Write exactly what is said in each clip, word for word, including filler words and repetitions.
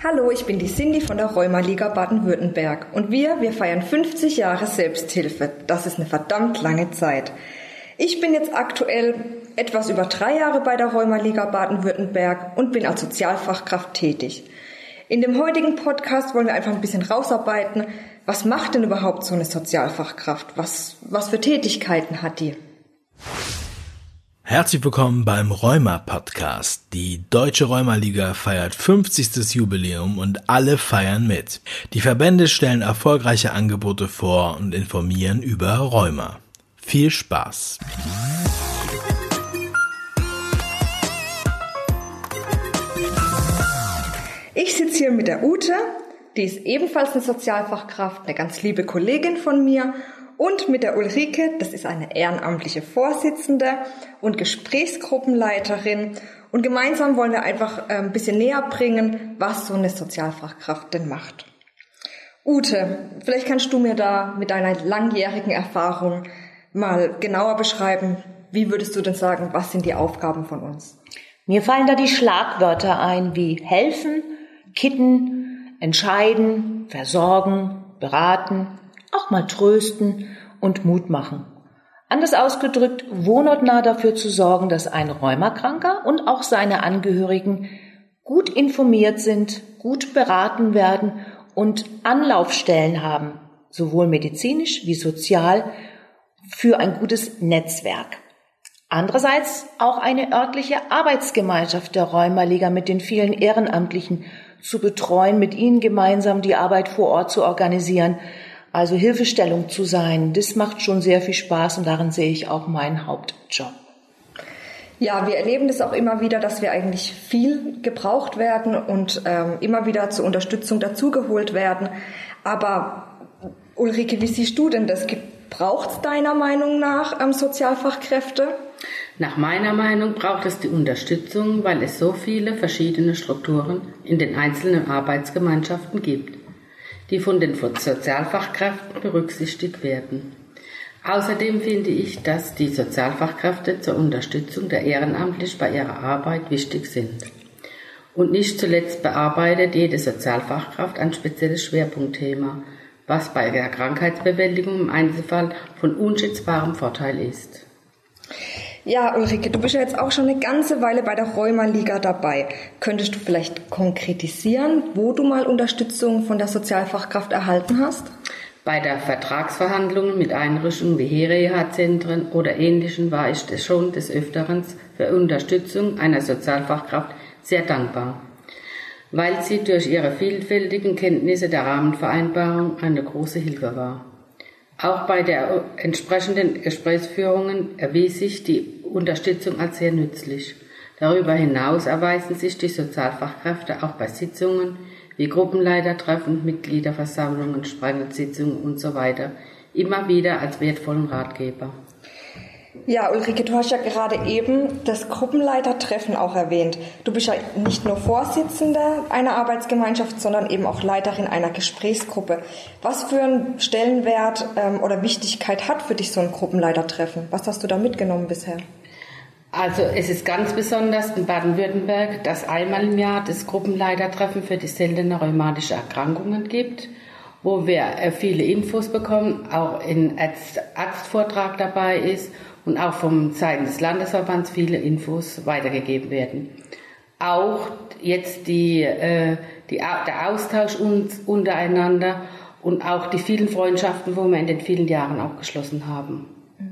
Hallo, ich bin die Cindy von der Rheuma-Liga Baden-Württemberg und wir, wir feiern fünfzig Jahre Selbsthilfe. Das ist eine verdammt lange Zeit. Ich bin jetzt aktuell etwas über drei Jahre bei der Rheuma-Liga Baden-Württemberg und bin als Sozialfachkraft tätig. In dem heutigen Podcast wollen wir einfach ein bisschen rausarbeiten, was macht denn überhaupt so eine Sozialfachkraft? Was, was für Tätigkeiten hat die? Herzlich willkommen beim Rheuma-Podcast. Die Deutsche Rheuma-Liga feiert fünfzigstes Jubiläum und alle feiern mit. Die Verbände stellen erfolgreiche Angebote vor und informieren über Rheuma. Viel Spaß! Ich sitze hier mit der Ute, die ist ebenfalls eine Sozialfachkraft, eine ganz liebe Kollegin von mir. Und mit der Ulrike, das ist eine ehrenamtliche Vorsitzende und Gesprächsgruppenleiterin. Und gemeinsam wollen wir einfach ein bisschen näher bringen, was so eine Sozialfachkraft denn macht. Ute, vielleicht kannst du mir da mit deiner langjährigen Erfahrung mal genauer beschreiben, wie würdest du denn sagen, was sind die Aufgaben von uns? Mir fallen da die Schlagwörter ein wie helfen, kitten, entscheiden, versorgen, beraten, auch mal trösten und Mut machen. Anders ausgedrückt, wohnortnah dafür zu sorgen, dass ein Rheumakranker und auch seine Angehörigen gut informiert sind, gut beraten werden und Anlaufstellen haben, sowohl medizinisch wie sozial, für ein gutes Netzwerk. Andererseits auch eine örtliche Arbeitsgemeinschaft der Rheuma-Liga mit den vielen Ehrenamtlichen zu betreuen, mit ihnen gemeinsam die Arbeit vor Ort zu organisieren, also Hilfestellung zu sein. Das macht schon sehr viel Spaß und darin sehe ich auch meinen Hauptjob. Ja, wir erleben das auch immer wieder, dass wir eigentlich viel gebraucht werden und ähm, immer wieder zur Unterstützung dazugeholt werden. Aber Ulrike, wie siehst du denn das? Braucht es deiner Meinung nach ähm, Sozialfachkräfte? Nach meiner Meinung braucht es die Unterstützung, weil es so viele verschiedene Strukturen in den einzelnen Arbeitsgemeinschaften gibt, die von den Sozialfachkräften berücksichtigt werden. Außerdem finde ich, dass die Sozialfachkräfte zur Unterstützung der Ehrenamtlichen bei ihrer Arbeit wichtig sind. Und nicht zuletzt bearbeitet jede Sozialfachkraft ein spezielles Schwerpunktthema, was bei der Krankheitsbewältigung im Einzelfall von unschätzbarem Vorteil ist. Ja, Ulrike, du bist ja jetzt auch schon eine ganze Weile bei der Rheuma-Liga dabei. Könntest du vielleicht konkretisieren, wo du mal Unterstützung von der Sozialfachkraft erhalten hast? Bei der Vertragsverhandlungen mit Einrichtungen wie Reha-Zentren oder Ähnlichem war ich schon des Öfteren für Unterstützung einer Sozialfachkraft sehr dankbar, weil sie durch ihre vielfältigen Kenntnisse der Rahmenvereinbarung eine große Hilfe war. Auch bei der entsprechenden Gesprächsführungen erwies sich die Unterstützung als sehr nützlich. Darüber hinaus erweisen sich die Sozialfachkräfte auch bei Sitzungen wie Gruppenleitertreffen, Mitgliederversammlungen, Sprengelsitzungen und so weiter immer wieder als wertvollen Ratgeber. Ja, Ulrike, du hast ja gerade eben das Gruppenleitertreffen auch erwähnt. Du bist ja nicht nur Vorsitzende einer Arbeitsgemeinschaft, sondern eben auch Leiterin einer Gesprächsgruppe. Was für einen Stellenwert ähm, oder Wichtigkeit hat für dich so ein Gruppenleitertreffen? Was hast du da mitgenommen bisher? Also es ist ganz besonders in Baden-Württemberg, dass einmal im Jahr das Gruppenleitertreffen für die seltenen rheumatische Erkrankungen gibt, wo wir viele Infos bekommen, auch ein Arzt, Arztvortrag dabei ist und auch vom Seiten des Landesverbands viele Infos weitergegeben werden. Auch jetzt die, äh, die, der Austausch uns untereinander und auch die vielen Freundschaften, wo wir in den vielen Jahren auch geschlossen haben.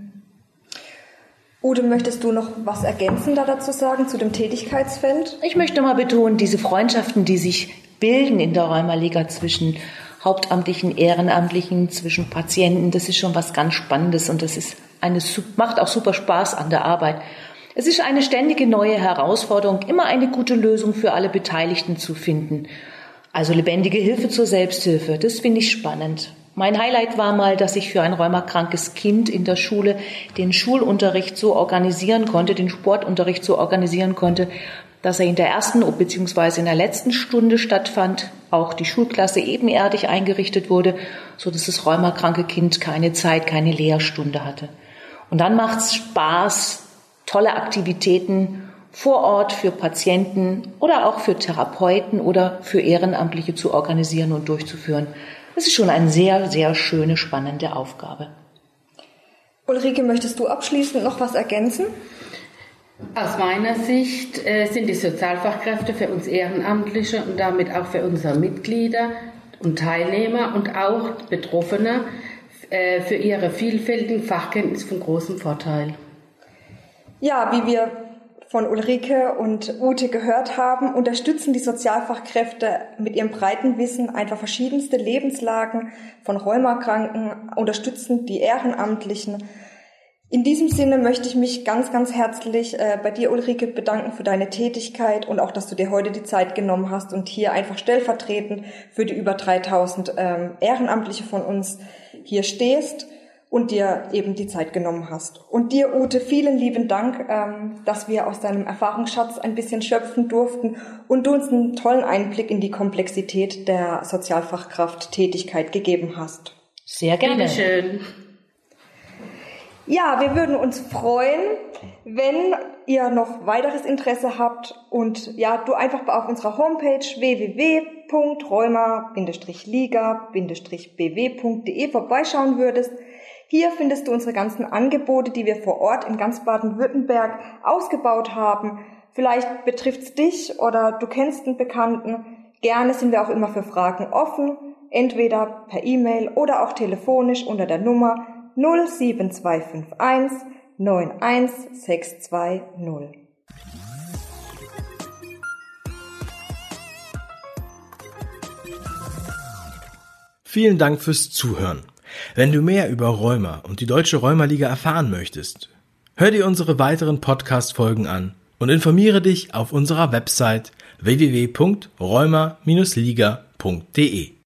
Ute, möchtest du noch was ergänzender dazu sagen, zu dem Tätigkeitsfeld? Ich möchte mal betonen, diese Freundschaften, die sich bilden in der Rheuma-Liga zwischen Hauptamtlichen, Ehrenamtlichen, zwischen Patienten, das ist schon was ganz Spannendes und das ist eine, macht auch super Spaß an der Arbeit. Es ist eine ständige neue Herausforderung, immer eine gute Lösung für alle Beteiligten zu finden. Also lebendige Hilfe zur Selbsthilfe, das finde ich spannend. Mein Highlight war mal, dass ich für ein rheumakrankes Kind in der Schule den Schulunterricht so organisieren konnte, den Sportunterricht so organisieren konnte, dass er in der ersten bzw. in der letzten Stunde stattfand, auch die Schulklasse ebenerdig eingerichtet wurde, so dass das rheumakranke Kind keine Zeit, keine Lehrstunde hatte. Und dann macht's Spaß, tolle Aktivitäten vor Ort für Patienten oder auch für Therapeuten oder für Ehrenamtliche zu organisieren und durchzuführen. Das ist schon eine sehr, sehr schöne, spannende Aufgabe. Ulrike, möchtest du abschließend noch was ergänzen? Aus meiner Sicht äh, sind die Sozialfachkräfte für uns Ehrenamtliche und damit auch für unsere Mitglieder und Teilnehmer und auch Betroffene äh, für ihre vielfältigen Fachkenntnisse von großem Vorteil. Ja, wie wir von Ulrike und Ute gehört haben, unterstützen die Sozialfachkräfte mit ihrem breiten Wissen einfach verschiedenste Lebenslagen von Rheumakranken, unterstützen die Ehrenamtlichen. In diesem Sinne möchte ich mich ganz, ganz herzlich äh, bei dir, Ulrike, bedanken für deine Tätigkeit und auch, dass du dir heute die Zeit genommen hast und hier einfach stellvertretend für die über dreitausend ähm, Ehrenamtliche von uns hier stehst und dir eben die Zeit genommen hast. Und dir, Ute, vielen lieben Dank, ähm, dass wir aus deinem Erfahrungsschatz ein bisschen schöpfen durften und du uns einen tollen Einblick in die Komplexität der Sozialfachkraft-Tätigkeit gegeben hast. Sehr gerne. Bitteschön. Ja, wir würden uns freuen, wenn ihr noch weiteres Interesse habt und ja, du einfach auf unserer Homepage w w w punkt rheuma liga b w punkt d e vorbeischauen würdest. Hier findest du unsere ganzen Angebote, die wir vor Ort in ganz Baden-Württemberg ausgebaut haben. Vielleicht betrifft's dich oder du kennst einen Bekannten. Gerne sind wir auch immer für Fragen offen, entweder per E-Mail oder auch telefonisch unter der Nummer null sieben zwei fünf eins neun eins sechs zwei null. Vielen Dank fürs Zuhören. Wenn du mehr über Rheuma und die Deutsche Rheumaliga erfahren möchtest, hör dir unsere weiteren Podcast-Folgen an und informiere dich auf unserer Website w w w punkt rheuma liga punkt d e.